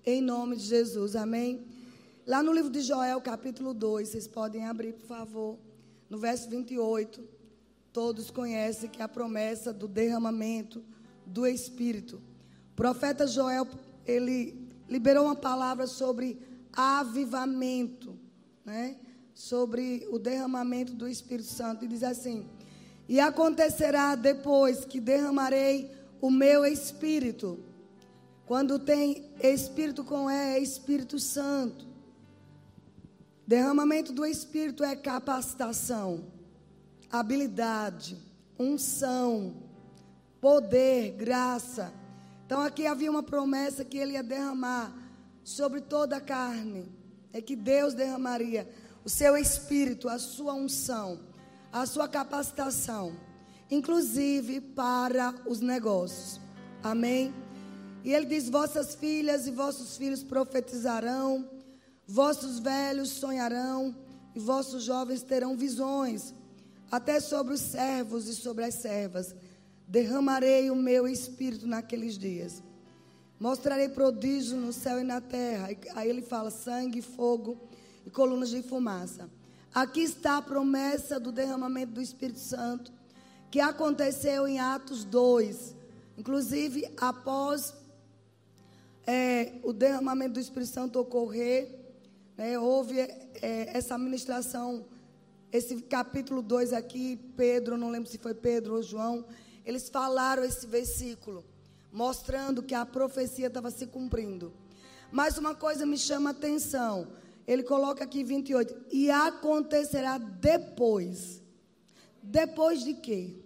Em nome de Jesus, amém? Lá no livro de Joel, capítulo 2, vocês podem abrir, por favor, no verso 28. Todos conhecem que é a promessa do derramamento do Espírito. O profeta Joel, ele liberou uma palavra sobre avivamento, né? Sobre o derramamento do Espírito Santo. E diz assim: e acontecerá depois que derramarei o meu Espírito. Quando tem Espírito com é Espírito Santo. Derramamento do Espírito é capacitação, habilidade, unção, poder, graça. Então aqui havia uma promessa que ele ia derramar sobre toda a carne. É que Deus derramaria o seu Espírito, a sua unção, a sua capacitação, inclusive para os negócios. Amém? E ele diz: vossas filhas e vossos filhos profetizarão, vossos velhos sonharão, e vossos jovens terão visões. Até sobre os servos e sobre as servas derramarei o meu Espírito naqueles dias. Mostrarei prodígios no céu e na terra. Aí ele fala: sangue, fogo e colunas de fumaça. Aqui está a promessa do derramamento do Espírito Santo, que aconteceu em Atos 2. Inclusive, após o derramamento do Espírito Santo ocorrer, houve essa ministração, esse capítulo 2 aqui, Pedro, não lembro se foi Pedro ou João, eles falaram esse versículo, mostrando que a profecia estava se cumprindo. Mas uma coisa me chama a atenção, ele coloca aqui 28, e acontecerá depois. Depois de quê?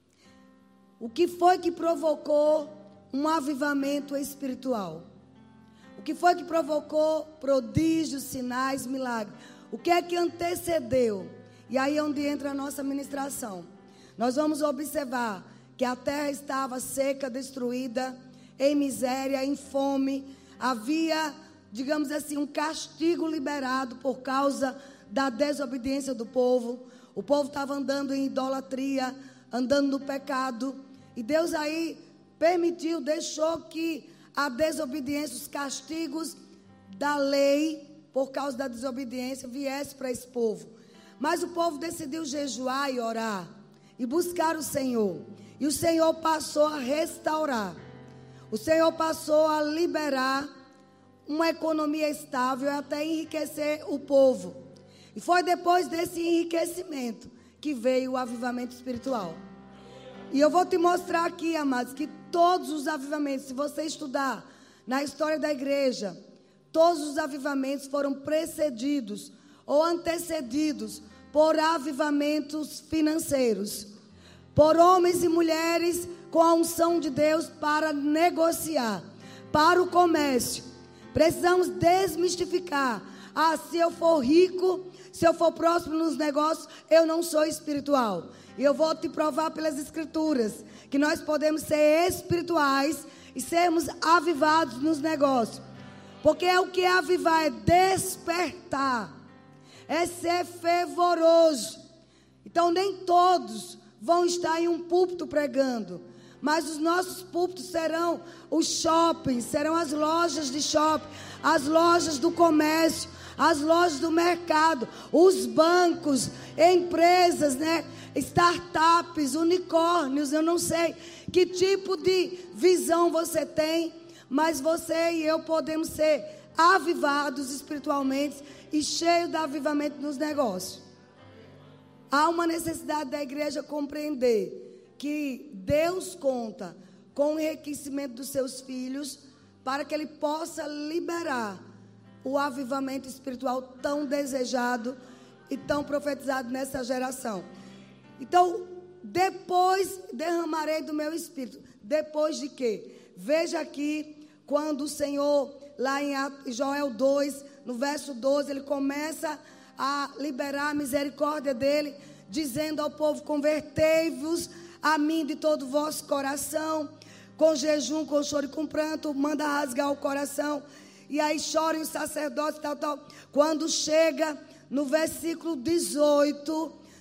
O que foi que provocou um avivamento espiritual? O que foi que provocou prodígios, sinais, milagres? O que é que antecedeu? E aí é onde entra a nossa ministração. Nós vamos observar que a terra estava seca, destruída, em miséria, em fome. Havia, digamos assim, um castigo liberado por causa da desobediência do povo. O povo estava andando em idolatria, andando no pecado. E Deus aí permitiu, deixou que a desobediência, os castigos da lei, por causa da desobediência, viesse para esse povo. Mas o povo decidiu jejuar e orar, e buscar o Senhor. E o Senhor passou a restaurar. O Senhor passou a liberar uma economia estável, até enriquecer o povo. E foi depois desse enriquecimento que veio o avivamento espiritual. E eu vou te mostrar aqui, amados, que todos os avivamentos, se você estudar na história da igreja, todos os avivamentos foram precedidos ou antecedidos por avivamentos financeiros, por homens e mulheres com a unção de Deus para negociar, para o comércio. Precisamos desmistificar: se eu for rico, se eu for próximo nos negócios, eu não sou espiritual. E eu vou te provar pelas escrituras que nós podemos ser espirituais e sermos avivados nos negócios. Porque o que é avivar é despertar, é ser fervoroso. Então nem todos vão estar em um púlpito pregando, mas os nossos púlpitos serão os shoppings, serão as lojas de shopping, as lojas do comércio, as lojas do mercado, os bancos, empresas, startups, unicórnios. Eu não sei que tipo de visão você tem, mas você e eu podemos ser avivados espiritualmente e cheios de avivamento nos negócios. Há uma necessidade da igreja compreender que Deus conta com o enriquecimento dos seus filhos para que Ele possa liberar o avivamento espiritual tão desejado e tão profetizado nessa geração. Então, depois derramarei do meu Espírito. Depois de quê? Veja aqui, quando o Senhor, lá em Joel 2, no verso 12, Ele começa a liberar a misericórdia dEle, dizendo ao povo: convertei-vos a mim de todo o vosso coração, com jejum, com choro e com pranto. Manda rasgar o coração. E aí chorem os sacerdotes, tal. Quando chega no versículo 18,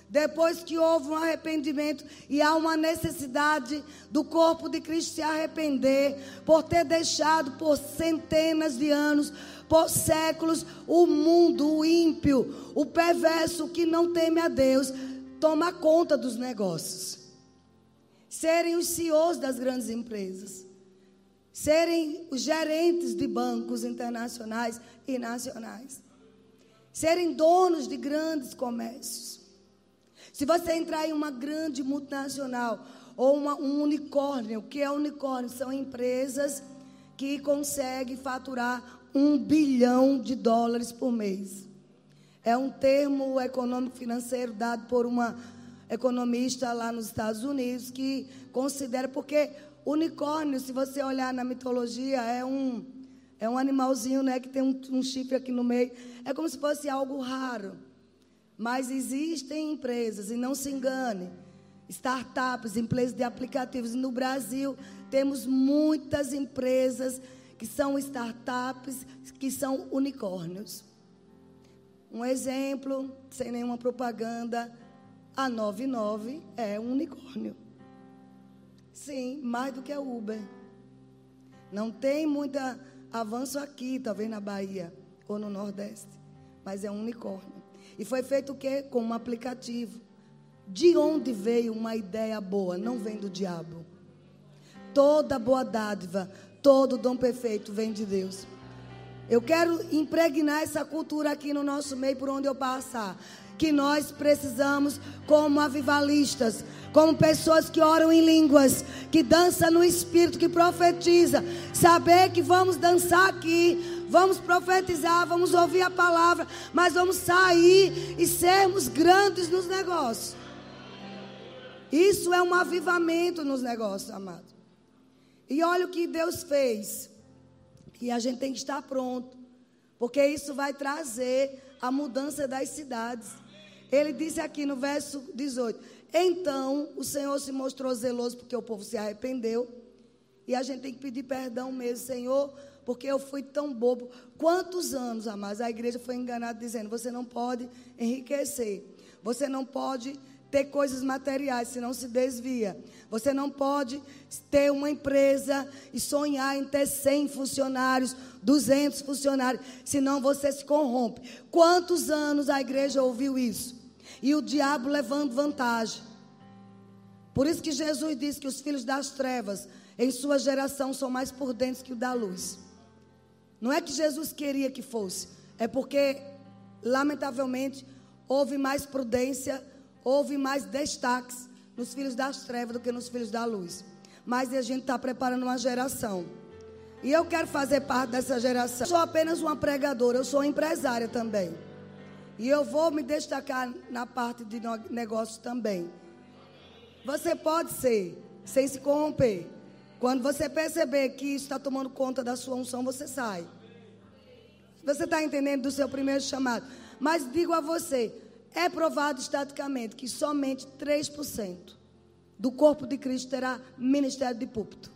depois que houve um arrependimento e há uma necessidade do corpo de Cristo se arrepender por ter deixado por centenas de anos, por séculos, o mundo, o ímpio, o perverso que não teme a Deus, tomar conta dos negócios. Serem os CEOs das grandes empresas. Serem os gerentes de bancos internacionais e nacionais. Serem donos de grandes comércios. Se você entrar em uma grande multinacional ou um unicórnio, o que é unicórnio? São empresas que conseguem faturar $1 bilhão por mês. É um termo econômico financeiro dado por uma economista lá nos Estados Unidos que considera, porque unicórnio, se você olhar na mitologia, é um animalzinho, né, que tem um chifre aqui no meio. É como se fosse algo raro. Mas existem empresas, e não se engane, startups, empresas de aplicativos. No Brasil, temos muitas empresas que são startups, que são unicórnios. Um exemplo, sem nenhuma propaganda, a 99 é um unicórnio. Sim, mais do que a Uber. Não tem muito avanço aqui, talvez na Bahia ou no Nordeste, mas é um unicórnio. E foi feito o quê? Com um aplicativo. De onde veio uma ideia boa? Não vem do diabo. Toda boa dádiva, todo dom perfeito vem de Deus. Eu quero impregnar essa cultura aqui no nosso meio, por onde eu passar. Que nós precisamos, como avivalistas, como pessoas que oram em línguas, que dançam no Espírito, que profetiza, saber que vamos dançar aqui, vamos profetizar, vamos ouvir a palavra, mas vamos sair e sermos grandes nos negócios. Isso é um avivamento nos negócios, amado. E olha o que Deus fez. E a gente tem que estar pronto, porque isso vai trazer a mudança das cidades. Ele disse aqui no verso 18: então o Senhor se mostrou zeloso porque o povo se arrependeu. E a gente tem que pedir perdão mesmo, Senhor, porque eu fui tão bobo. Quantos anos, amados, a igreja foi enganada dizendo: você não pode enriquecer, você não pode ter coisas materiais, senão se desvia. Você não pode ter uma empresa e sonhar em ter 100 funcionários, 200 funcionários, senão você se corrompe. Quantos anos a igreja ouviu isso? E o diabo levando vantagem. Por isso que Jesus disse que os filhos das trevas, em sua geração, são mais prudentes que o da luz. Não é que Jesus queria que fosse, é porque, lamentavelmente, houve mais prudência, houve mais destaques nos filhos das trevas do que nos filhos da luz. Mas a gente está preparando uma geração. E eu quero fazer parte dessa geração. Eu sou apenas uma pregadora, eu sou empresária também. E eu vou me destacar na parte de negócios também. Você pode ser, sem se corromper. Quando você perceber que isso está tomando conta da sua unção, você sai. Você está entendendo do seu primeiro chamado. Mas digo a você, é provado estatisticamente que somente 3% do corpo de Cristo terá ministério de púlpito.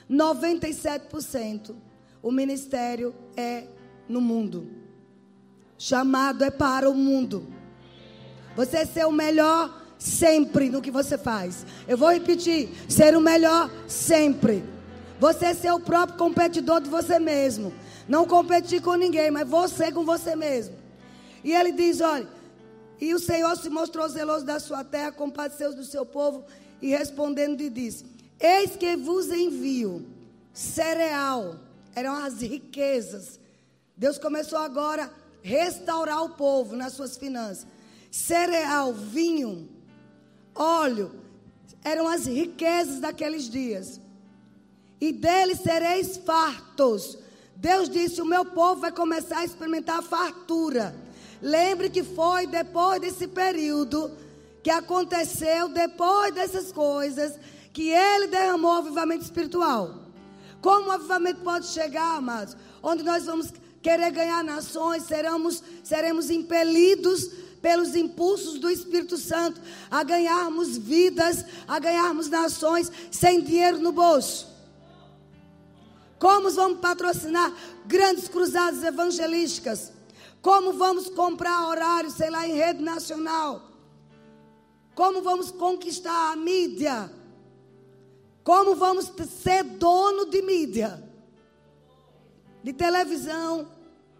97% o ministério é no mundo. Chamado é para o mundo. Você ser o melhor sempre no que você faz. Eu vou repetir, ser o melhor sempre. Você ser o próprio competidor de você mesmo. Não competir com ninguém, mas você com você mesmo. E ele diz, olha, e o Senhor se mostrou zeloso da sua terra, compadeceu do seu povo, e respondendo lhe disse: eis que vos envio cereal. Eram as riquezas. Deus começou agora a restaurar o povo nas suas finanças. Cereal, vinho, óleo, eram as riquezas daqueles dias. E deles sereis fartos. Deus disse: o meu povo vai começar a experimentar a fartura. Lembre que foi depois desse período que aconteceu, depois dessas coisas, que ele derramou o avivamento espiritual. Como o avivamento pode chegar, amados? Onde nós vamos querer ganhar nações, seremos impelidos pelos impulsos do Espírito Santo a ganharmos vidas, a ganharmos nações sem dinheiro no bolso. Como vamos patrocinar grandes cruzadas evangelísticas? Como vamos comprar horários, sei lá, em rede nacional? Como vamos conquistar a mídia? Como vamos ser dono de mídia? De televisão,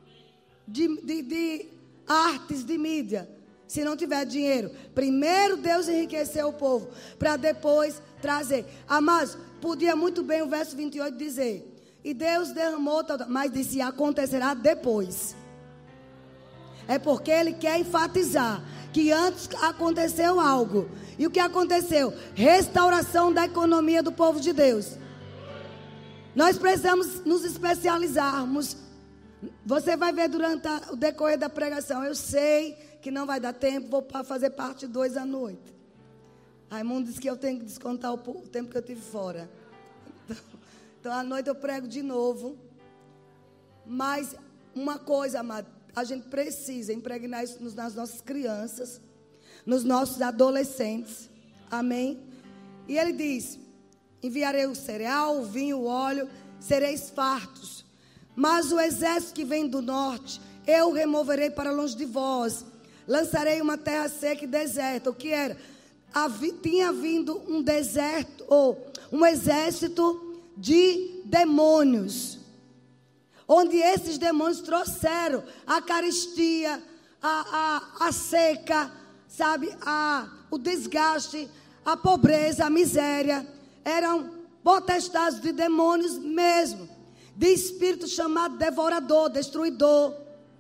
de artes, de mídia. Se não tiver dinheiro. Primeiro Deus enriqueceu o povo, para depois trazer. Amados, podia muito bem o verso 28 dizer: e Deus derramou, mas disse: acontecerá depois. É porque Ele quer enfatizar que antes aconteceu algo. E o que aconteceu? Restauração da economia do povo de Deus. Nós precisamos nos especializarmos. Você vai ver durante o decorrer da pregação. Eu sei que não vai dar tempo, vou fazer parte 2 à noite. Raimundo disse que eu tenho que descontar o tempo que eu tive fora. Então à noite eu prego de novo. Mas uma coisa, amado, a gente precisa impregnar isso nas nossas crianças, nos nossos adolescentes. Amém? E ele diz: enviarei o cereal, o vinho, o óleo, sereis fartos. Mas o exército que vem do norte, eu removerei para longe de vós. Lançarei uma terra seca e deserta. O que era? Tinha vindo um deserto, ou um exército de demônios. Onde esses demônios trouxeram a carestia, a seca, sabe? O desgaste, a pobreza, a miséria. Eram potestades de demônios mesmo. De espírito chamado devorador, destruidor,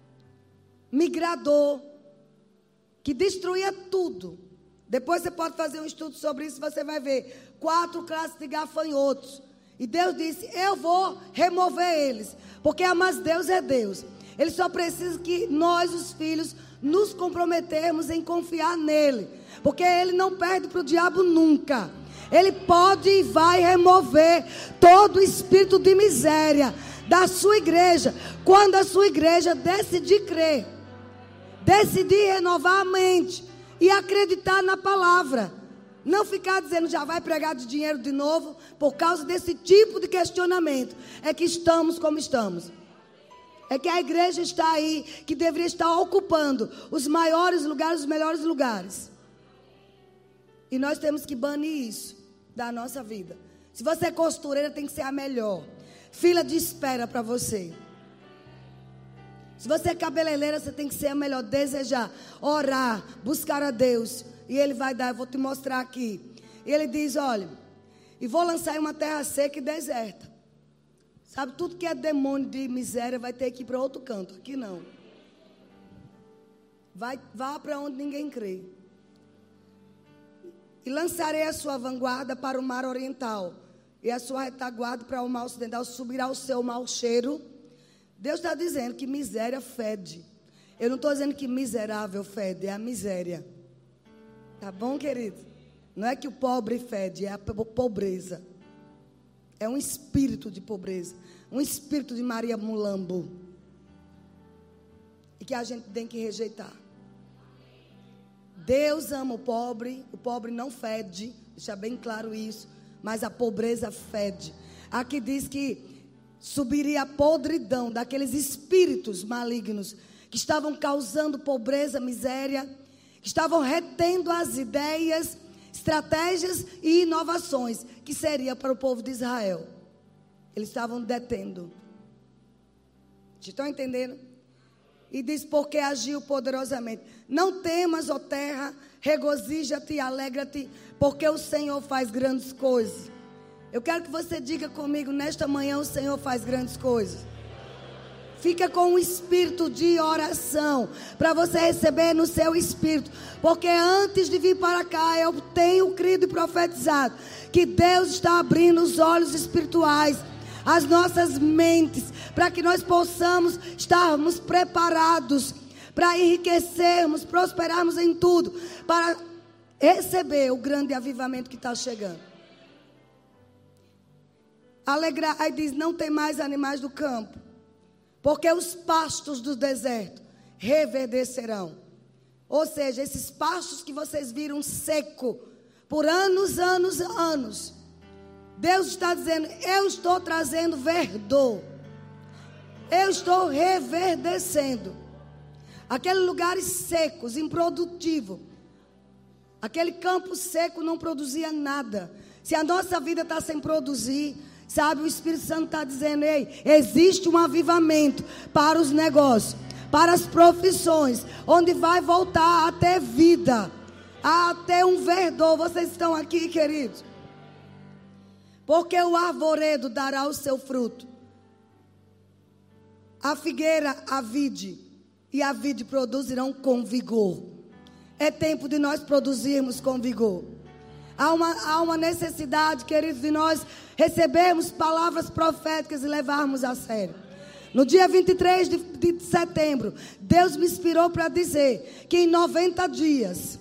migrador, que destruía tudo. Depois você pode fazer um estudo sobre isso, você vai ver 4 classes de gafanhotos. E Deus disse: eu vou remover eles. Porque, mas Deus é Deus. Ele só precisa que nós, os filhos, nos comprometermos em confiar nele. Porque ele não perde para o diabo nunca. Ele pode e vai remover todo espírito de miséria da sua igreja. Quando a sua igreja decidir crer, decidir renovar a mente e acreditar na palavra. Não ficar dizendo: já vai pregar de dinheiro de novo. Por causa desse tipo de questionamento é que estamos como estamos. É que a igreja está aí, que deveria estar ocupando os maiores lugares, os melhores lugares. E nós temos que banir isso da nossa vida. Se você é costureira, tem que ser a melhor. Fila de espera para você. Se você é cabeleireira, você tem que ser a melhor. Desejar, orar, buscar a Deus. E Ele vai dar, eu vou te mostrar aqui. E Ele diz: olha, e vou lançar em uma terra seca e deserta. Sabe, tudo que é demônio de miséria vai ter que ir para outro canto. Aqui não. Vá para onde ninguém crê. E lançarei a sua vanguarda para o mar oriental, e a sua retaguarda para o mar ocidental. Subirá o seu mau cheiro. Deus está dizendo que miséria fede. Eu não estou dizendo que miserável fede, é a miséria. Tá bom, querido? Não é que o pobre fede, é a pobreza. É um espírito de pobreza. Um espírito de Maria Mulambo. E que a gente tem que rejeitar. Deus ama o pobre não fede, deixa bem claro isso, mas a pobreza fede. Aqui diz que subiria a podridão daqueles espíritos malignos que estavam causando pobreza, miséria, que estavam retendo as ideias, estratégias e inovações que seria para o povo de Israel. Eles estavam detendo. Vocês estão entendendo? E diz: porque agiu poderosamente. Não temas, ó terra, regozija-te e alegra-te, porque o Senhor faz grandes coisas. Eu quero que você diga comigo nesta manhã: o Senhor faz grandes coisas. Fica com um espírito de oração, para você receber no seu espírito. Porque antes de vir para cá, eu tenho crido e profetizado que Deus está abrindo os olhos espirituais, as nossas mentes, para que nós possamos estarmos preparados para enriquecermos, prosperarmos em tudo, para receber o grande avivamento que está chegando. Alegrar, aí diz: não tem mais animais do campo, porque os pastos do deserto reverdecerão. Ou seja, esses pastos que vocês viram seco por anos, Deus está dizendo: eu estou trazendo verdor. Eu estou reverdecendo aqueles lugares secos, improdutivos. Aquele campo seco não produzia nada. Se a nossa vida está sem produzir, sabe, o Espírito Santo está dizendo: ei, existe um avivamento para os negócios, para as profissões, onde vai voltar a ter vida, a ter um verdor. Vocês estão aqui, queridos? Porque o arvoredo dará o seu fruto, a figueira, a vide, e a vide produzirão com vigor. É tempo de nós produzirmos com vigor. Há uma necessidade, queridos, de nós recebermos palavras proféticas e levarmos a sério. No dia 23 de setembro, Deus me inspirou para dizer que em 90 dias,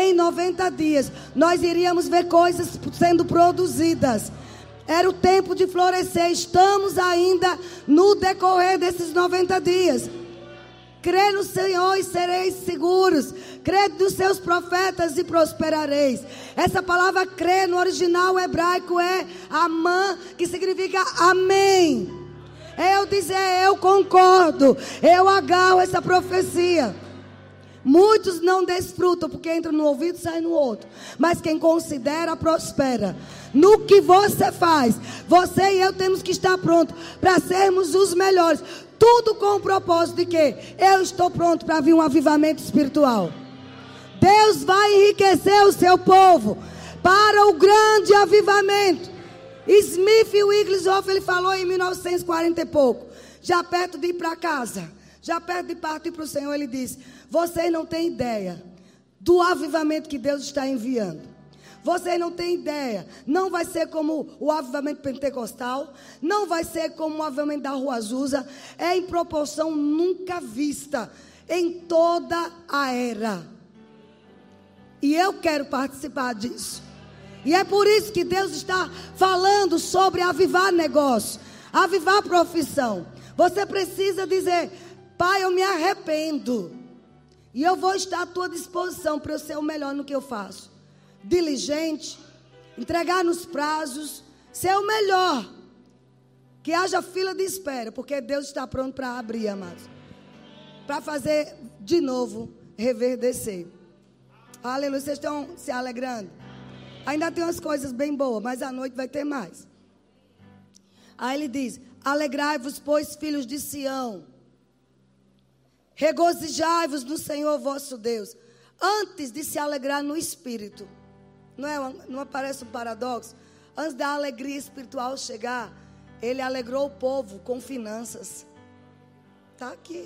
nós iríamos ver coisas sendo produzidas. Era o tempo de florescer. Estamos ainda no decorrer desses 90 dias. Crê no Senhor e sereis seguros. Crê nos seus profetas e prosperareis. Essa palavra crê no original hebraico é amã, que significa amém. É eu dizer: eu concordo, eu agarro essa profecia. Muitos não desfrutam porque entra no ouvido e sai no outro. Mas quem considera, prospera. No que você faz, você e eu temos que estar prontos para sermos os melhores. Tudo com o propósito de que eu estou pronto para vir um avivamento espiritual. Deus vai enriquecer o seu povo para o grande avivamento. Smith Wigglesworth, ele falou em 1940 e pouco, já perto de ir para casa, já perto de partir para o Senhor, ele disse: vocês não têm ideia do avivamento que Deus está enviando. Vocês não têm ideia. Não vai ser como o avivamento pentecostal. Não vai ser como o avivamento da Rua Azusa. É em proporção nunca vista em toda a era. E eu quero participar disso. E é por isso que Deus está falando sobre avivar negócio, avivar profissão. Você precisa dizer: Pai, eu me arrependo. E eu vou estar à tua disposição para eu ser o melhor no que eu faço. Diligente, entregar nos prazos, ser o melhor. Que haja fila de espera, porque Deus está pronto para abrir, amados. Para fazer de novo, reverdecer. Aleluia, vocês estão se alegrando? Ainda tem umas coisas bem boas, mas à noite vai ter mais. Aí ele diz: alegrai-vos, pois, filhos de Sião. Regozijai-vos no Senhor vosso Deus. Antes de se alegrar no espírito. Não aparece um paradoxo? Antes da alegria espiritual chegar, ele alegrou o povo com finanças. Está aqui.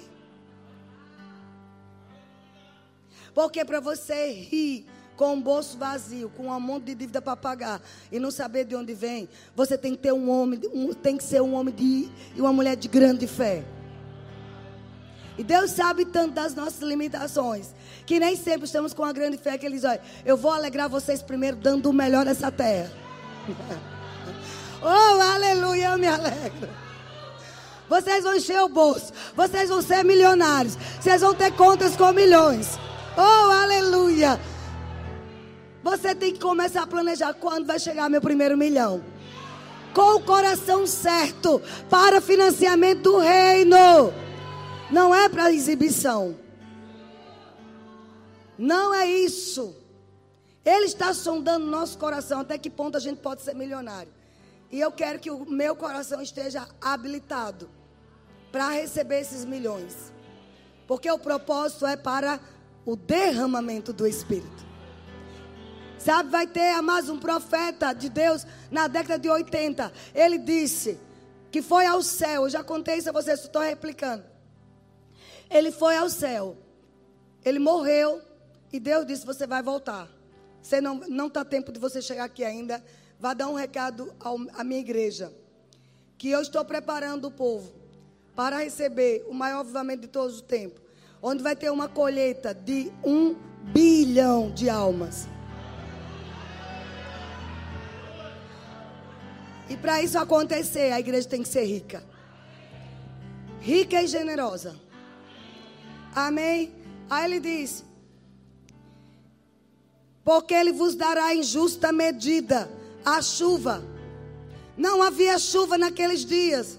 Porque para você rir com um bolso vazio, com um monte de dívida para pagar e não saber de onde vem, você tem que ter tem que ser um homem e uma mulher de grande fé. E Deus sabe tanto das nossas limitações, que nem sempre estamos com a grande fé que Ele diz: olha, eu vou alegrar vocês primeiro dando o melhor dessa terra. Oh, aleluia, eu me alegro. Vocês vão encher o bolso, vocês vão ser milionários, vocês vão ter contas com milhões. Oh, aleluia. Você tem que começar a planejar quando vai chegar meu primeiro milhão. Com o coração certo para financiamento do reino. Não é para exibição. Não é isso. Ele está sondando nosso coração até que ponto a gente pode ser milionário. E eu quero que o meu coração esteja habilitado para receber esses milhões. Porque o propósito é para o derramamento do Espírito. Sabe, vai ter mais um profeta de Deus na década de 80. Ele disse que foi ao céu. Eu já contei isso a vocês, estou replicando. Ele foi ao céu. Ele morreu. E Deus disse: você vai voltar. Você não está tempo de você chegar aqui ainda. Vá dar um recado à minha igreja. Que eu estou preparando o povo para receber o maior avivamento de todos os tempos. Onde vai ter uma colheita de 1 bilhão de almas. E para isso acontecer, a igreja tem que ser rica. Rica e generosa. Amém? Aí ele diz: porque ele vos dará em justa medida a chuva. Não havia chuva naqueles dias.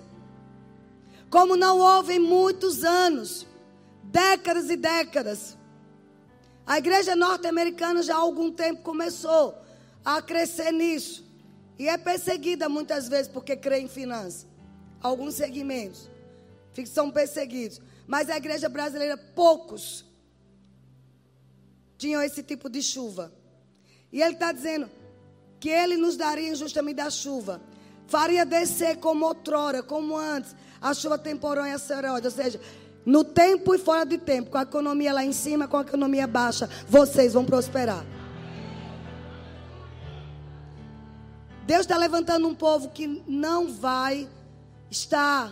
Como não houve em muitos anos. Décadas e décadas. A igreja norte-americana já há algum tempo começou a crescer nisso. E é perseguida muitas vezes porque crê em finanças. Alguns segmentos são perseguidos. Mas a igreja brasileira, poucos tinham esse tipo de chuva. E ele está dizendo que ele nos daria justamente da chuva. Faria descer como outrora, como antes, a chuva temporânea seróide. Ou seja, no tempo e fora de tempo, com a economia lá em cima, com a economia baixa, vocês vão prosperar. Deus está levantando um povo que não vai estar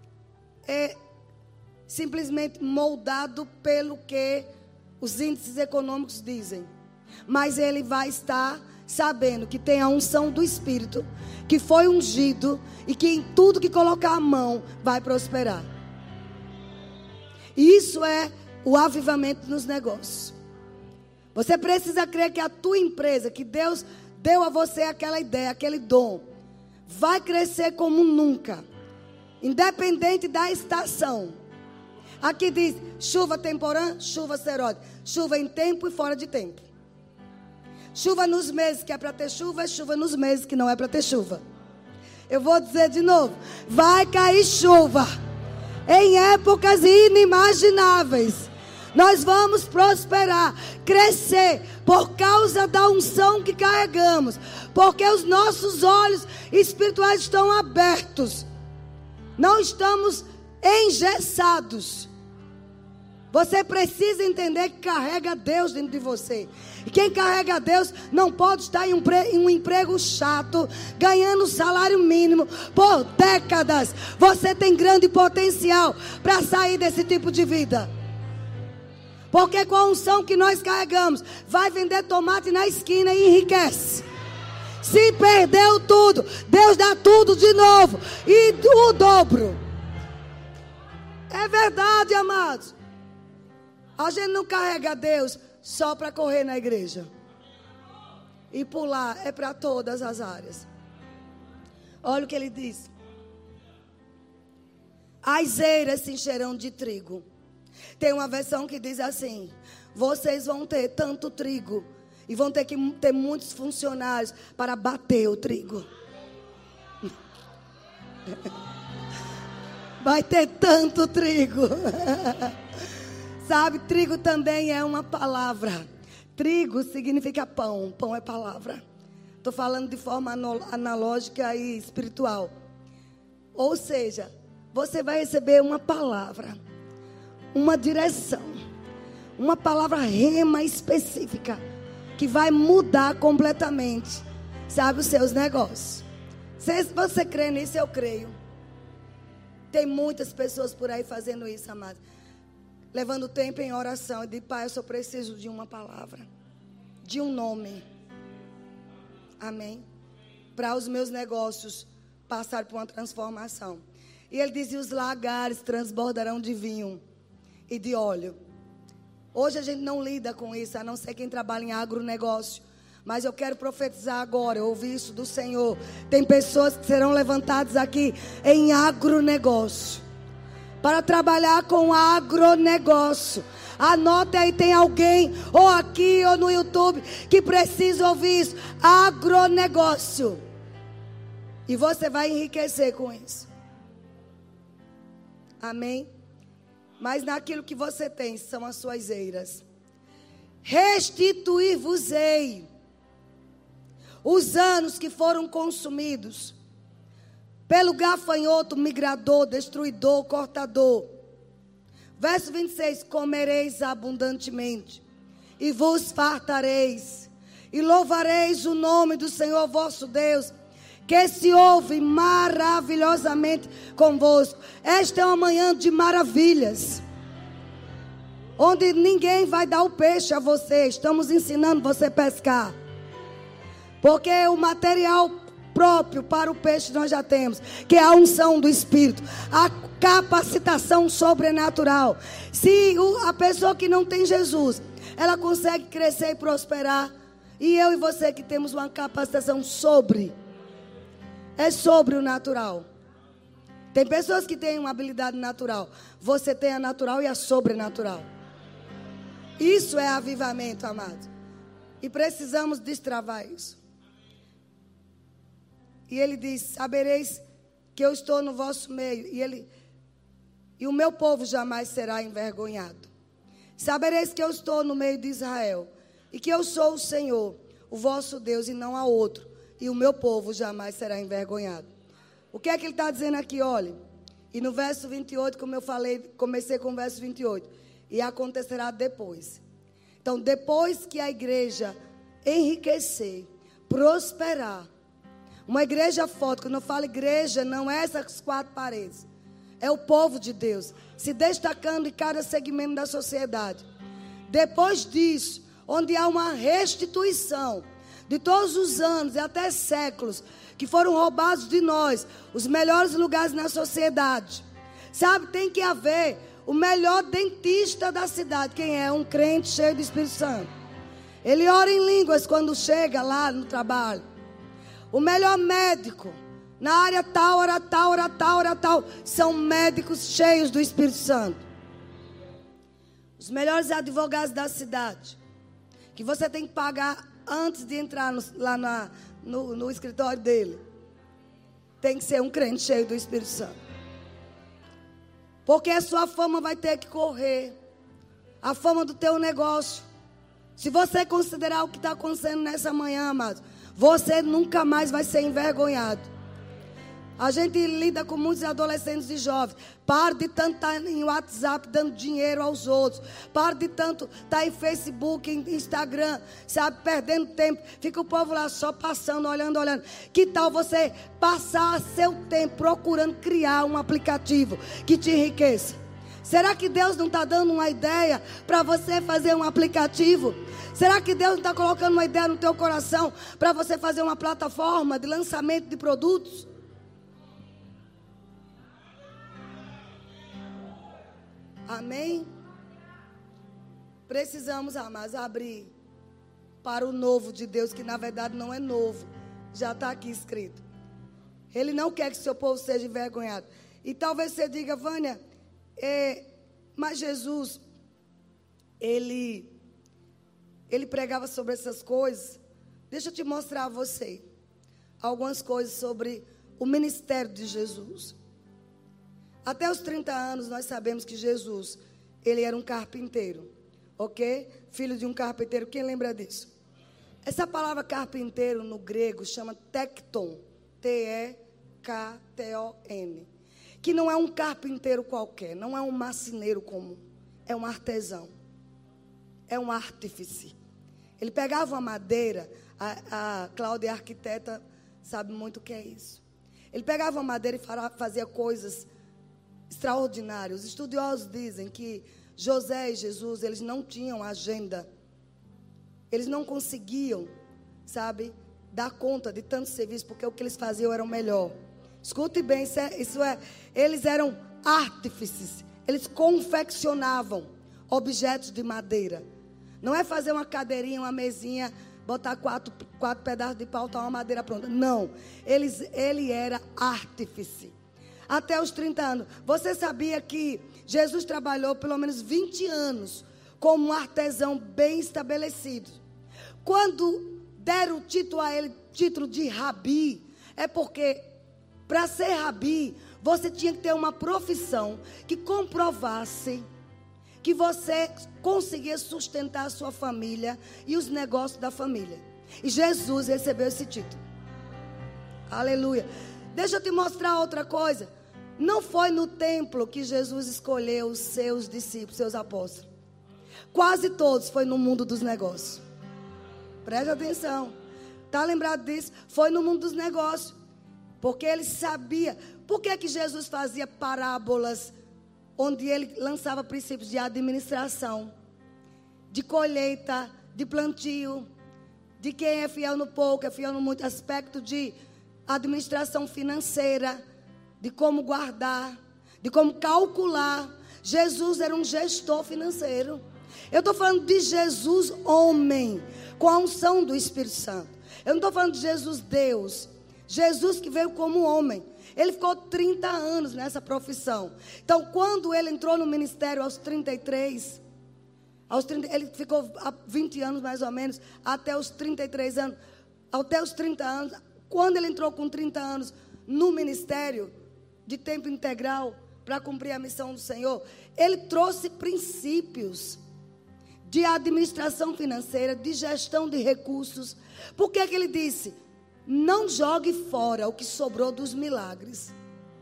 simplesmente moldado pelo que os índices econômicos dizem. Mas ele vai estar sabendo que tem a unção do Espírito, que foi ungido e que em tudo que colocar a mão vai prosperar. E isso é o avivamento nos negócios. Você precisa crer que a tua empresa, que Deus deu a você aquela ideia, aquele dom, vai crescer como nunca, independente da estação. Aqui diz chuva temporã, chuva seróide, chuva em tempo e fora de tempo. Chuva nos meses que é para ter chuva, é chuva nos meses que não é para ter chuva. Eu vou dizer de novo, vai cair chuva em épocas inimagináveis. Nós vamos prosperar, crescer, por causa da unção que carregamos. Porque os nossos olhos espirituais estão abertos. Não estamos engessados. Você precisa entender que carrega Deus dentro de você. E quem carrega Deus não pode estar em um emprego chato, ganhando salário mínimo por décadas. Você tem grande potencial para sair desse tipo de vida. Porque com a unção que nós carregamos, vai vender tomate na esquina e enriquece. Se perdeu tudo, Deus dá tudo de novo e o dobro. É verdade, amados. A gente não carrega Deus só para correr na igreja. E pular é para todas as áreas. Olha o que ele diz. As eiras se encherão de trigo. Tem uma versão que diz assim: vocês vão ter tanto trigo e vão ter que ter muitos funcionários para bater o trigo. Vai ter tanto trigo. Sabe, trigo também é uma palavra. Trigo significa pão. Pão é palavra. Estou falando de forma analógica e espiritual. Ou seja, você vai receber uma palavra, uma direção, uma palavra rema específica, que vai mudar completamente, sabe, os seus negócios. Se você crê nisso, eu creio. Tem muitas pessoas por aí fazendo isso, amados. Levando tempo em oração e de Pai, eu só preciso de uma palavra, de um nome. Amém? Para os meus negócios passar por uma transformação. E ele dizia: os lagares transbordarão de vinho e de óleo. Hoje a gente não lida com isso, a não ser quem trabalha em agronegócio. Mas eu quero profetizar agora, eu ouvi isso do Senhor. Tem pessoas que serão levantadas aqui em agronegócio, para trabalhar com agronegócio. Anote aí, tem alguém, ou aqui ou no YouTube, que precisa ouvir isso. Agronegócio. E você vai enriquecer com isso. Amém? Mas naquilo que você tem, são as suas eiras. Restituir-vos-ei os anos que foram consumidos pelo gafanhoto, migrador, destruidor, cortador. Verso 26. Comereis abundantemente e vos fartareis, e louvareis o nome do Senhor vosso Deus, que se ouve maravilhosamente convosco. Esta é uma manhã de maravilhas, onde ninguém vai dar o peixe a você. Estamos ensinando você a pescar, porque o material próprio para o peixe nós já temos, que é a unção do Espírito, a capacitação sobrenatural. Se a pessoa que não tem Jesus, ela consegue crescer e prosperar, e eu e você que temos uma capacitação é sobre o natural. Tem pessoas que têm uma habilidade natural, você tem a natural e a sobrenatural. Isso é avivamento, amados. E precisamos destravar isso. E ele diz: sabereis que eu estou no vosso meio. E o meu povo jamais será envergonhado. Sabereis que eu estou no meio de Israel. E que eu sou o Senhor, o vosso Deus, e não há outro. E o meu povo jamais será envergonhado. O que é que ele está dizendo aqui? Olha. E no verso 28, como eu falei, comecei com o verso 28. E acontecerá depois. Então, depois que a igreja enriquecer, prosperar. Uma igreja forte, quando eu falo igreja, não é essas 4 paredes. É o povo de Deus, se destacando em cada segmento da sociedade. Depois disso, onde há uma restituição de todos os anos e até séculos que foram roubados de nós, os melhores lugares na sociedade. Sabe, tem que haver o melhor dentista da cidade. Quem é? Um crente cheio do Espírito Santo. Ele ora em línguas quando chega lá no trabalho. O melhor médico, na área tal, hora tal, hora tal, hora tal, são médicos cheios do Espírito Santo. Os melhores advogados da cidade, que você tem que pagar antes de entrar lá no escritório dele, tem que ser um crente cheio do Espírito Santo. Porque a sua fama vai ter que correr. A fama do teu negócio. Se você considerar o que está acontecendo nessa manhã, amados, você nunca mais vai ser envergonhado. A gente lida com muitos adolescentes e jovens. Para de tanto estar em WhatsApp dando dinheiro aos outros. Para de tanto estar em Facebook, em Instagram, sabe, perdendo tempo. Fica o povo lá só passando, olhando. Que tal você passar seu tempo procurando criar um aplicativo que te enriqueça? Será que Deus não está dando uma ideia para você fazer um aplicativo? Será que Deus não está colocando uma ideia no teu coração para você fazer uma plataforma de lançamento de produtos? Amém? Precisamos, amados, abrir para o novo de Deus, que na verdade não é novo. Já está aqui escrito. Ele não quer que seu povo seja envergonhado. E talvez você diga: Vânia, mas Jesus, ele pregava sobre essas coisas. Deixa eu te mostrar a você algumas coisas sobre o ministério de Jesus. Até os 30 anos nós sabemos que Jesus, ele era um carpinteiro, ok? Filho de um carpinteiro, quem lembra disso? Essa palavra carpinteiro no grego chama tekton, T-E-K-T-O-N, que não é um carpinteiro qualquer, não é um marceneiro comum, é um artesão, é um artífice. Ele pegava uma madeira, a Cláudia, a arquiteta, sabe muito o que é isso. Ele pegava uma madeira e fazia coisas extraordinárias. Os estudiosos dizem que José e Jesus, eles não tinham agenda. Eles não conseguiam, sabe, dar conta de tanto serviço, porque o que eles faziam era o melhor. Escute bem, eles eram artífices. Eles confeccionavam objetos de madeira. Não é fazer uma cadeirinha, uma mesinha, botar quatro pedaços de pau, tá uma madeira pronta. Não, ele era artífice. Até os 30 anos. Você sabia que Jesus trabalhou pelo menos 20 anos como um artesão bem estabelecido? Quando deram o título a ele, título de rabi, é porque para ser rabi, você tinha que ter uma profissão que comprovasse que você conseguia sustentar a sua família e os negócios da família. E Jesus recebeu esse título. Aleluia. Deixa eu te mostrar outra coisa. Não foi no templo que Jesus escolheu os seus discípulos, seus apóstolos. Quase todos foi no mundo dos negócios. Preste atenção. Está lembrado disso? Foi no mundo dos negócios. Porque ele sabia. Por que Jesus fazia parábolas onde ele lançava princípios de administração, de colheita, de plantio, de quem é fiel no pouco, é fiel no muito, aspecto de administração financeira, de como guardar, de como calcular. Jesus era um gestor financeiro. Eu estou falando de Jesus homem, com a unção do Espírito Santo. Eu não estou falando de Jesus Deus. Jesus que veio como homem. Ele ficou 30 anos nessa profissão. Então, quando ele entrou no ministério aos 33, Ele ficou há 20 anos mais ou menos, até os 33 anos, até os 30 anos. Quando ele entrou com 30 anos no ministério de tempo integral para cumprir a missão do Senhor, ele trouxe princípios de administração financeira, de gestão de recursos. Por que ele disse? Não jogue fora o que sobrou dos milagres.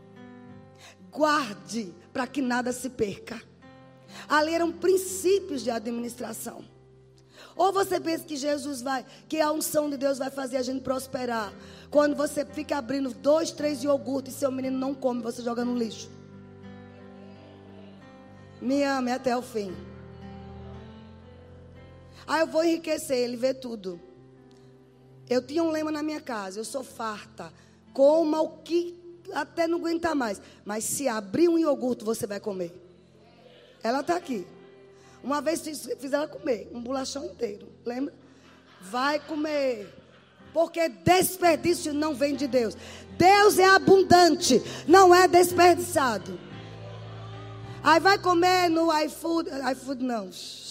Guarde para que nada se perca. Ali eram princípios de administração. Ou você pensa que que a unção de Deus vai fazer a gente prosperar quando você fica abrindo 2, 3 iogurtes e seu menino não come, você joga no lixo. Me ame até o fim. Eu vou enriquecer, ele vê tudo. Eu tinha um lema na minha casa: eu sou farta, coma o que até não aguentar mais, mas se abrir um iogurte você vai comer. Ela está aqui. Uma vez fiz ela comer um bolachão inteiro, lembra? Vai comer, porque desperdício não vem de Deus. Deus é abundante, não é desperdiçado. Aí vai comer no iFood não,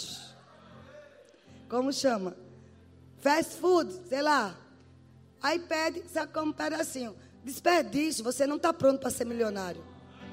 como chama? Fast food, sei lá. Aí pede, você come um pedacinho. Desperdício, você não está pronto para ser milionário.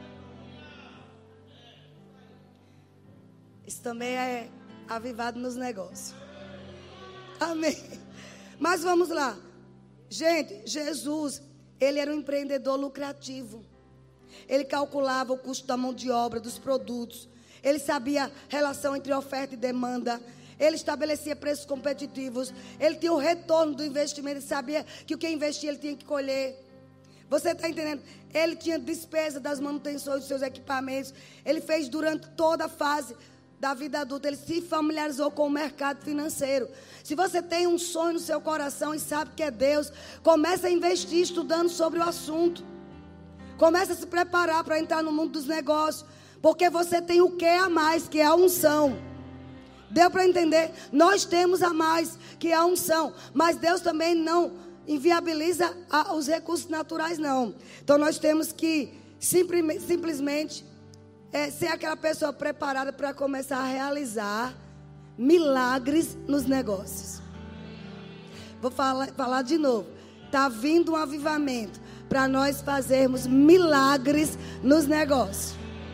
Isso também é avivado nos negócios. Amém. Mas vamos lá. Gente, Jesus, ele era um empreendedor lucrativo. Ele calculava o custo da mão de obra, dos produtos. Ele sabia a relação entre oferta e demanda. Ele estabelecia preços competitivos. Ele tinha o retorno do investimento. Ele sabia que o que investia ele tinha que colher. Você está entendendo? Ele tinha despesa das manutenções dos seus equipamentos. Ele fez durante toda a fase da vida adulta. Ele se familiarizou com o mercado financeiro. Se você tem um sonho no seu coração e sabe que é Deus, comece a investir estudando sobre o assunto. Comece a se preparar para entrar no mundo dos negócios. Porque você tem o que a mais, que é a unção. Deu para entender? Nós temos a mais, que é a unção. Mas Deus também não inviabiliza os recursos naturais, não. Então nós temos que simplesmente ser aquela pessoa preparada para começar a realizar milagres nos negócios. Vou falar de novo. Está vindo um avivamento para nós fazermos milagres nos negócios.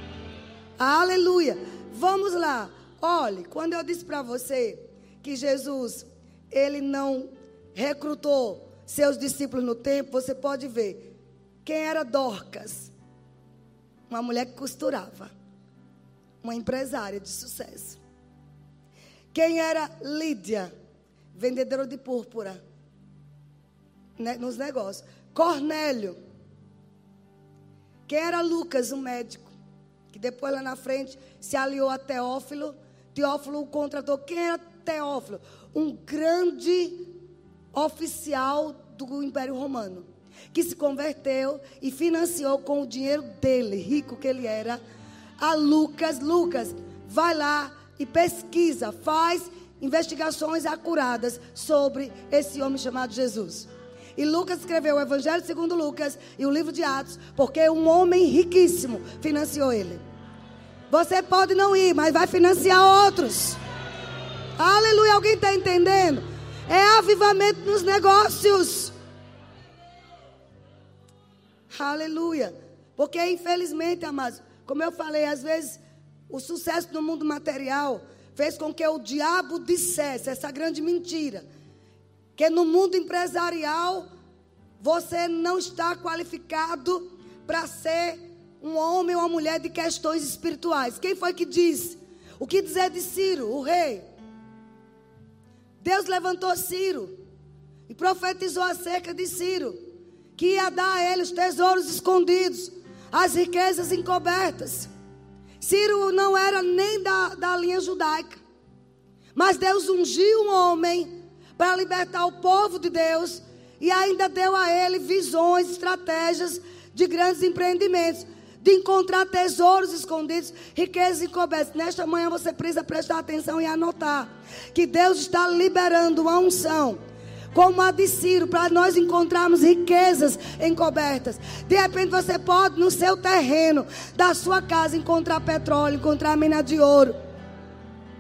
Aleluia. Vamos lá. Olhe, quando eu disse para você que Jesus, ele não recrutou seus discípulos no templo, você pode ver. Quem era Dorcas? Uma mulher que costurava. Uma empresária de sucesso. Quem era Lídia? Vendedora de púrpura. Nos negócios. Cornélio. Quem era Lucas, um médico? Que depois lá na frente se aliou a Teófilo. Teófilo o contratou. Quem era Teófilo? Um grande oficial do Império Romano, que se converteu e financiou com o dinheiro dele, rico que ele era, a Lucas. Lucas, vai lá e pesquisa, faz investigações acuradas sobre esse homem chamado Jesus. E Lucas escreveu o Evangelho segundo Lucas e o livro de Atos, porque um homem riquíssimo financiou ele. Você pode não ir, mas vai financiar outros. Aleluia, alguém está entendendo? É avivamento nos negócios. Aleluia. Porque infelizmente, amados, como eu falei, às vezes o sucesso no mundo material fez com que o diabo dissesse essa grande mentira, que no mundo empresarial você não está qualificado para ser um homem ou uma mulher de questões espirituais. Quem foi que disse? O que dizer de Ciro, o rei? Deus levantou Ciro e profetizou acerca de Ciro, que ia dar a ele os tesouros escondidos, as riquezas encobertas. Ciro não era nem da linha judaica, mas Deus ungiu um homem para libertar o povo de Deus e ainda deu a ele visões, estratégias de grandes empreendimentos, de encontrar tesouros escondidos, riquezas encobertas. Nesta manhã você precisa prestar atenção e anotar que Deus está liberando uma unção como a de Ciro, para nós encontrarmos riquezas encobertas. De repente você pode no seu terreno da sua casa encontrar petróleo, encontrar mina de ouro.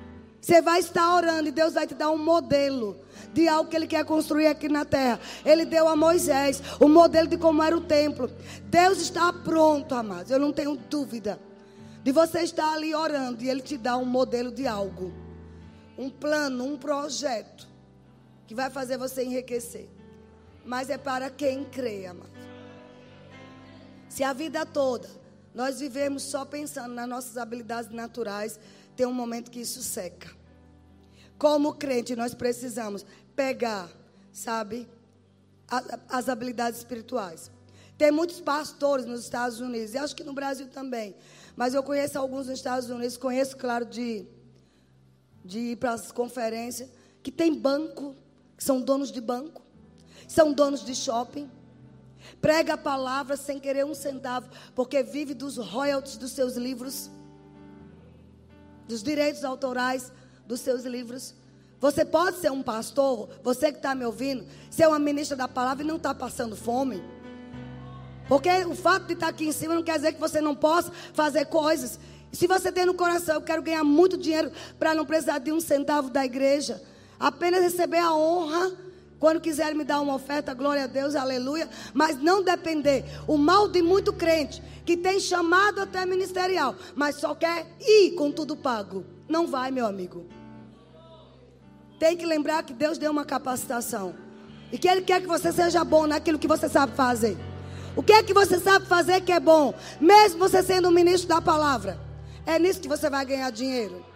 Você vai estar orando e Deus vai te dar um modelo de algo que Ele quer construir aqui na terra. Ele deu a Moisés o modelo de como era o templo. Deus está pronto, amados. Eu não tenho dúvida de você estar ali orando e Ele te dá um modelo de algo. Um plano, um projeto que vai fazer você enriquecer. Mas é para quem crê, amado. Se a vida toda nós vivemos só pensando nas nossas habilidades naturais, tem um momento que isso seca. Como crente, nós precisamos pegar, sabe, as habilidades espirituais. Tem muitos pastores nos Estados Unidos, e acho que no Brasil também. Mas eu conheço alguns nos Estados Unidos, conheço, claro, de ir para as conferências, que tem banco, que são donos de banco, são donos de shopping. Prega a palavra sem querer um centavo, porque vive dos royalties dos seus livros, dos direitos autorais dos seus livros. Você pode ser um pastor, você que está me ouvindo, ser uma ministra da palavra e não está passando fome. Porque o fato de estar aqui em cima não quer dizer que você não possa fazer coisas. E se você tem no coração, eu quero ganhar muito dinheiro para não precisar de um centavo da igreja, apenas receber a honra. Quando quiserem me dar uma oferta, glória a Deus, aleluia. Mas não depender. O mal de muito crente que tem chamado até ministerial, mas só quer ir com tudo pago. Não vai, meu amigo. Tem que lembrar que Deus deu uma capacitação. E que Ele quer que você seja bom naquilo que você sabe fazer. O que é que você sabe fazer que é bom? Mesmo você sendo um ministro da palavra. É nisso que você vai ganhar dinheiro.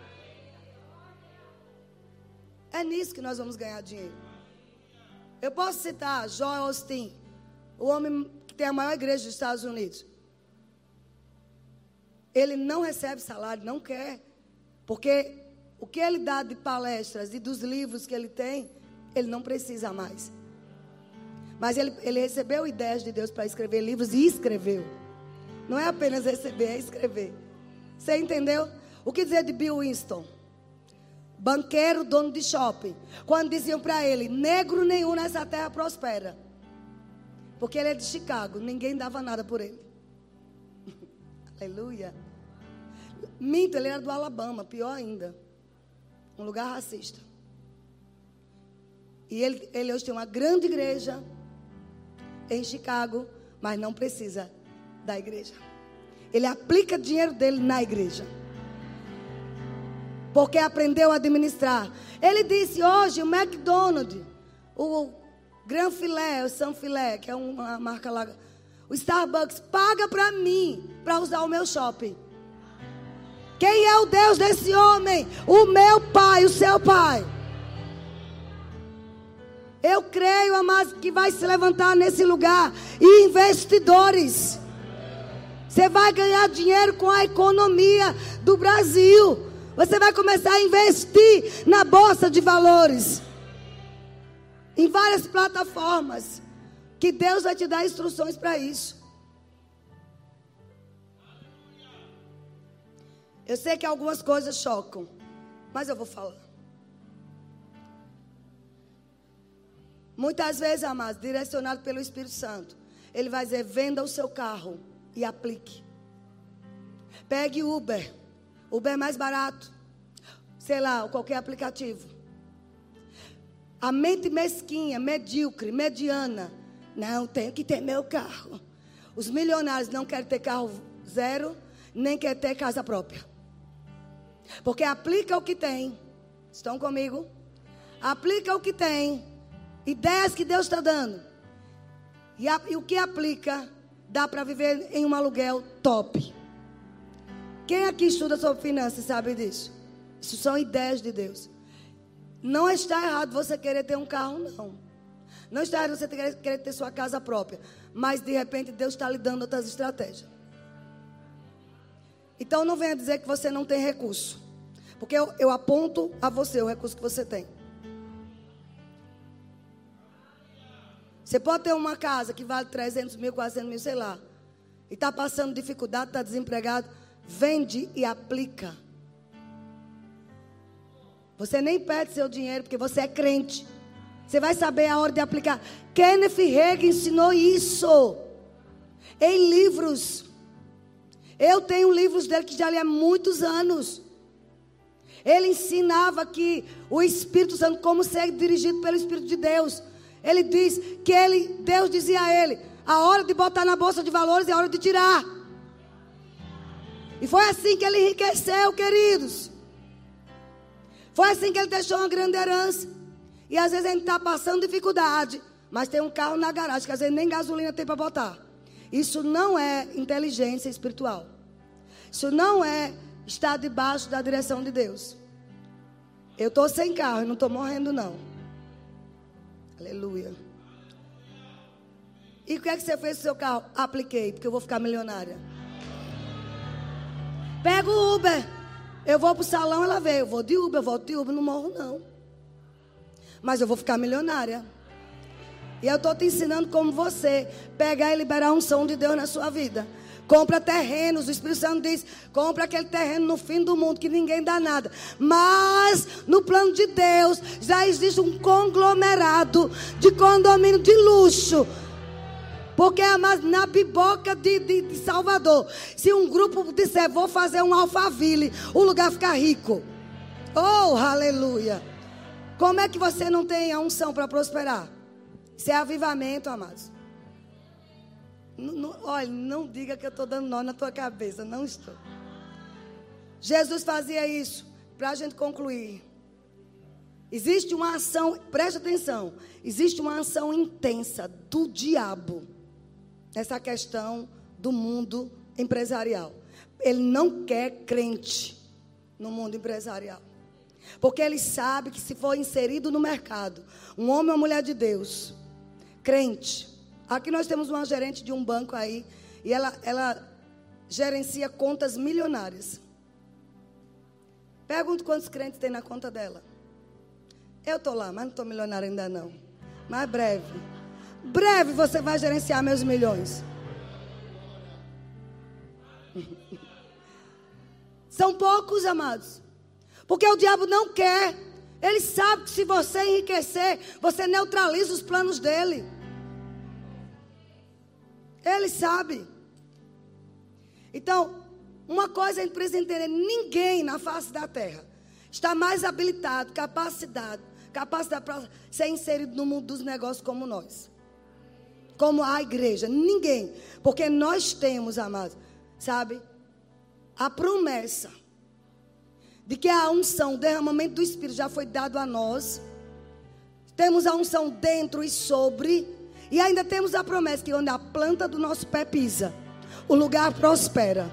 É nisso que nós vamos ganhar dinheiro. Eu posso citar Joel Osteen, o homem que tem a maior igreja dos Estados Unidos. Ele não recebe salário, não quer. Porque o que ele dá de palestras e dos livros que ele tem, ele não precisa mais. Mas ele recebeu ideias de Deus para escrever livros e escreveu. Não é apenas receber, é escrever. Você entendeu? O que dizer de Bill Winston? Banqueiro, dono de shopping. Quando diziam para ele, negro nenhum nessa terra prospera. Porque ele é de Chicago, ninguém dava nada por ele. Aleluia. Minto, ele era do Alabama, pior ainda. Um lugar racista. E ele hoje tem uma grande igreja em Chicago, mas não precisa da igreja. Ele aplica dinheiro dele na igreja. Porque aprendeu a administrar. Ele disse hoje, o McDonald's, o Grand Filé, o San Filé, que é uma marca lá, o Starbucks, paga para mim, para usar o meu shopping. Quem é o Deus desse homem? O meu pai, o seu pai. Eu creio, amados, que vai se levantar nesse lugar investidores. Você vai ganhar dinheiro com a economia do Brasil. Você vai começar a investir na bolsa de valores. Em várias plataformas. Que Deus vai te dar instruções para isso. Eu sei que algumas coisas chocam. Mas eu vou falar. Muitas vezes, amados, direcionado pelo Espírito Santo, Ele vai dizer, venda o seu carro e aplique. Pegue Uber. Uber é mais barato. Sei lá, qualquer aplicativo. A mente mesquinha, medíocre, mediana. Não, tenho que ter meu carro. Os milionários não querem ter carro zero, nem querem ter casa própria. Porque aplica o que tem. Estão comigo? Aplica o que tem. Ideias que Deus está dando. E o que aplica, dá para viver em um aluguel top. Quem aqui estuda sobre finanças sabe disso? Isso são ideias de Deus. Não está errado você querer ter um carro, não. Não está errado você querer ter sua casa própria. Mas de repente Deus está lhe dando outras estratégias. Então não venha dizer que você não tem recurso. Porque eu aponto a você o recurso que você tem. Você pode ter uma casa que vale 300 mil, 400 mil, sei lá. E está passando dificuldade, está desempregado. Vende e aplica. Você nem perde seu dinheiro porque você é crente. Você vai saber a hora de aplicar. Kenneth Hagin ensinou isso. Em livros. Eu tenho livros dele que já li há muitos anos. Ele ensinava que o Espírito Santo, como ser dirigido pelo Espírito de Deus. Ele diz que Deus dizia a ele: a hora de botar na bolsa de valores é a hora de tirar. E foi assim que ele enriqueceu, queridos. Foi assim que ele deixou uma grande herança. E às vezes a gente está passando dificuldade, mas tem um carro na garagem que às vezes nem gasolina tem para botar. Isso não é inteligência espiritual. Isso não é estar debaixo da direção de Deus. Eu estou sem carro, eu não estou morrendo não. Aleluia. E o que é que você fez com o seu carro? Apliquei, porque eu vou ficar milionária. Pega o Uber. Eu vou para o salão, ela vê. Eu vou de Uber, eu volto de Uber, não morro não. Mas eu vou ficar milionária. E eu estou te ensinando como você pegar e liberar a unção de Deus na sua vida. Compra terrenos, o Espírito Santo diz: compra aquele terreno no fim do mundo que ninguém dá nada. Mas no plano de Deus já existe um conglomerado de condomínio de luxo. Porque na biboca de Salvador, se um grupo disser: vou fazer um Alphaville, o lugar fica rico. Oh, aleluia. Como é que você não tem a unção para prosperar? Isso é avivamento, amados. Olha, não diga que eu estou dando nó na tua cabeça. Não estou. Jesus fazia isso. Para a gente concluir. Existe uma ação, preste atenção. Existe uma ação intensa do diabo nessa questão do mundo empresarial. Ele não quer crente no mundo empresarial. Porque ele sabe que se for inserido no mercado, um homem ou uma mulher de Deus, crente. Aqui nós temos uma gerente de um banco aí, e ela gerencia contas milionárias. Pergunto quantos crentes tem na conta dela. Eu estou lá, mas não estou milionária ainda não. Mas breve. Breve você vai gerenciar meus milhões. São poucos, amados. Porque o diabo não quer. Ele sabe que se você enriquecer, você neutraliza os planos dele. Ele sabe. Então, uma coisa a gente precisa entender: ninguém na face da terra está mais habilitado, capacitado para ser inserido no mundo dos negócios como nós. Como a igreja. Ninguém. Porque nós temos, amados, sabe, a promessa de que a unção, o derramamento do Espírito já foi dado a nós. Temos a unção dentro e sobre. E ainda temos a promessa que onde a planta do nosso pé pisa, o lugar prospera.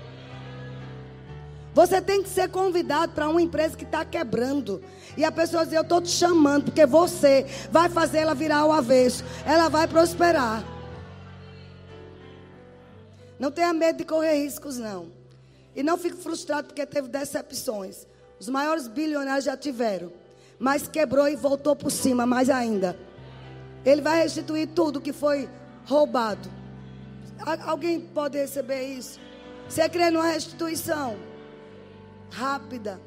Você tem que ser convidado para uma empresa que está quebrando. E a pessoa diz: eu estou te chamando porque você vai fazer ela virar ao avesso. Ela vai prosperar. Não tenha medo de correr riscos, não. E não fique frustrado porque teve decepções. Os maiores bilionários já tiveram. Mas quebrou e voltou por cima mais ainda. Ele vai restituir tudo que foi roubado. Alguém pode receber isso? Você crê numa restituição rápida?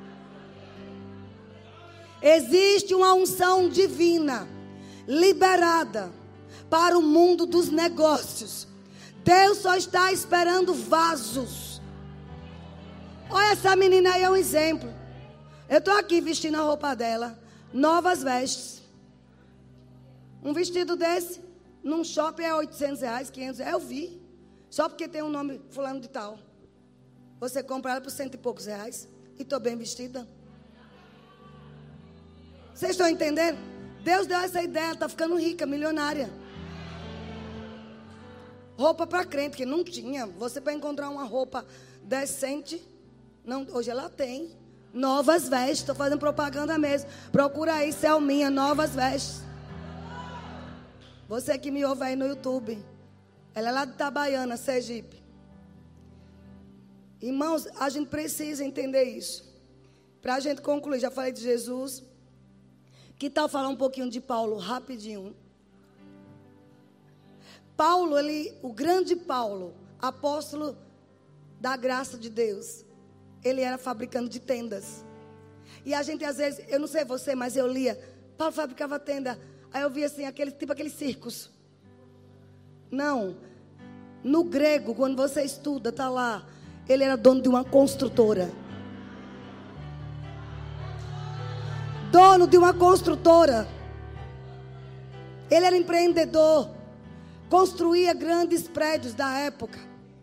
Existe uma unção divina liberada para o mundo dos negócios. Deus só está esperando vasos. Olha, essa menina aí é um exemplo. Eu estou aqui vestindo a roupa dela, novas vestes. Um vestido desse, num shopping é R$800, R$500. Eu vi. Só porque tem um nome fulano de tal. Você compra ela por R$100 e poucos. E estou bem vestida. Vocês estão entendendo? Deus deu essa ideia, ela está ficando rica, milionária. Roupa para crente, que não tinha. Você para encontrar uma roupa decente, não, hoje ela tem. Novas vestes, estou fazendo propaganda mesmo. Procura aí, Selminha, novas vestes. Você que me ouve aí no YouTube. Ela é lá de Itabaiana, Sergipe. Irmãos, a gente precisa entender isso. Para a gente concluir, já falei de Jesus. Que tal falar um pouquinho de Paulo, rapidinho? Paulo, o grande Paulo, apóstolo da graça de Deus. Ele era fabricante de tendas. E a gente às vezes, eu não sei você, mas eu lia, Paulo fabricava tenda. Aí eu via assim, aqueles circos. Não. No grego, quando você estuda, está lá. Ele era dono de uma construtora. dono de uma construtora. Ele era empreendedor, construía grandes prédios da época.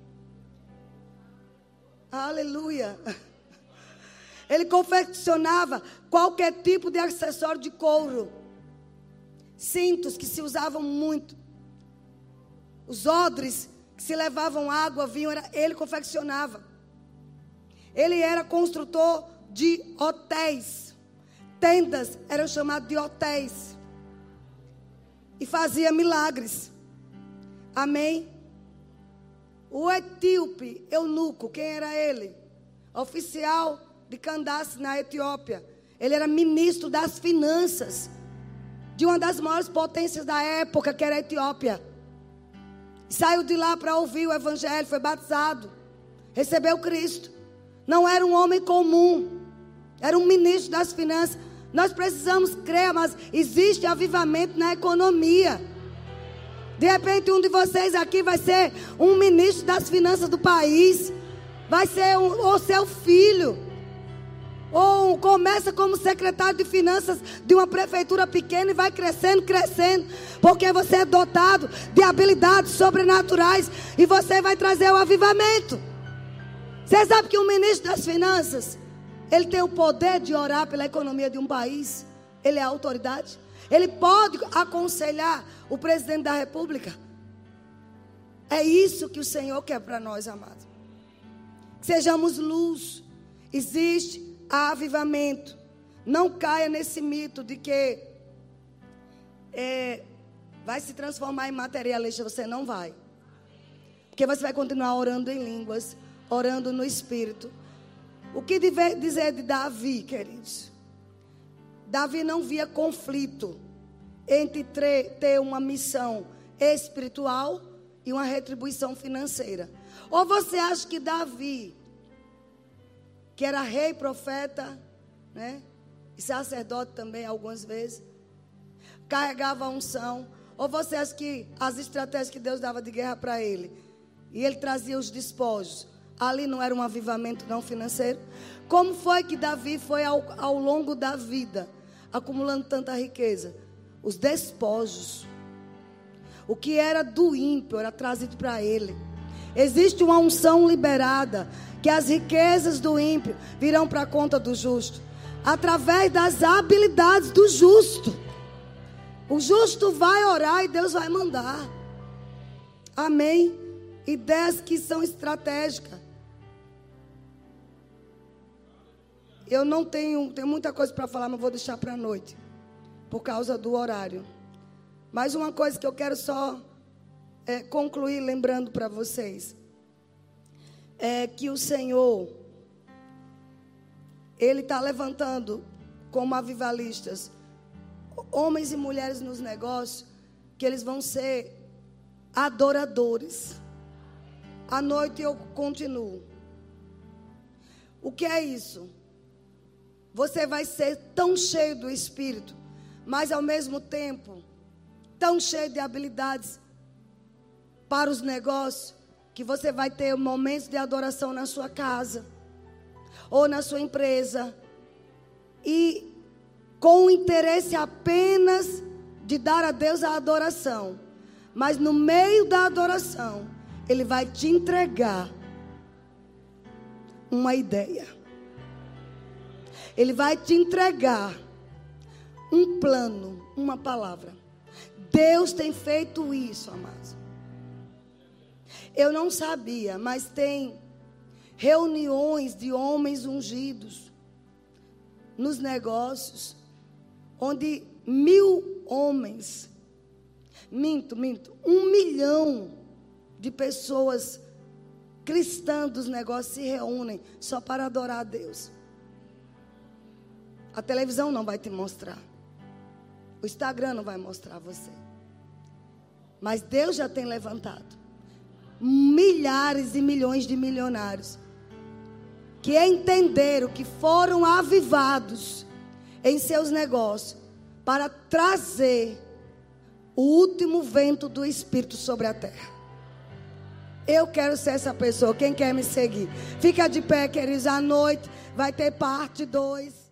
Aleluia. Ele confeccionava qualquer tipo de acessório de couro. Cintos que se usavam muito. Os odres que se levavam água, vinho, ele confeccionava. Ele era construtor de hotéis. Tendas eram chamadas de hotéis. E fazia milagres. Amém? O etíope, eunuco, quem era ele? Oficial de Candace, na Etiópia. Ele era ministro das finanças de uma das maiores potências da época, que era a Etiópia. Saiu de lá para ouvir o evangelho, foi batizado, recebeu Cristo. Não era um homem comum, era um ministro das finanças. Nós precisamos crer, mas existe avivamento na economia. De repente um de vocês aqui vai ser um ministro das finanças do país. Vai ser ou seu filho. Ou começa como secretário de finanças de uma prefeitura pequena e vai crescendo, crescendo. Porque você é dotado de habilidades sobrenaturais e você vai trazer o avivamento. Você sabe que o ministro das finanças, ele tem o poder de orar pela economia de um país. Ele é a autoridade. Ele pode aconselhar o presidente da república. É isso que o Senhor quer para nós, amados. Que sejamos luz. Existe avivamento. Não caia nesse mito de que vai se transformar em materialista. Você não vai. Porque você vai continuar orando em línguas, orando no Espírito. O que dizer de Davi, queridos? Davi não via conflito entre ter uma missão espiritual e uma retribuição financeira. Ou você acha que Davi, que era rei, profeta, né, e sacerdote também algumas vezes, carregava a unção? Ou você acha que as estratégias que Deus dava de guerra para ele, e ele trazia os despojos, ali não era um avivamento não financeiro? Como foi que Davi foi ao longo da vida acumulando tanta riqueza? Os despojos. O que era do ímpio era trazido para ele. Existe uma unção liberada, que as riquezas do ímpio virão para a conta do justo, através das habilidades do justo. O justo vai orar e Deus vai mandar. Amém? Ideias que são estratégicas. Eu não tenho muita coisa para falar, mas vou deixar para a noite, por causa do horário. Mas uma coisa que eu quero só concluir lembrando para vocês, é que o Senhor, Ele está levantando como avivalistas, homens e mulheres nos negócios, que eles vão ser adoradores. À noite eu continuo. O que é isso? Você vai ser tão cheio do Espírito, mas ao mesmo tempo tão cheio de habilidades para os negócios, que você vai ter momentos de adoração na sua casa ou na sua empresa, e com o interesse apenas de dar a Deus a adoração. Mas no meio da adoração, Ele vai te entregar uma ideia. Ele vai te entregar um plano, uma palavra. Deus tem feito isso, amados. Eu não sabia, mas tem reuniões de homens ungidos nos negócios, onde 1.000 homens, 1 milhão de pessoas cristãs dos negócios se reúnem só para adorar a Deus. A televisão não vai te mostrar. O Instagram não vai mostrar a você. Mas Deus já tem levantado milhares e milhões de milionários que entenderam que foram avivados em seus negócios para trazer o último vento do Espírito sobre a terra. Eu quero ser essa pessoa. Quem quer me seguir? Fica de pé, queridos. À noite vai ter parte 2.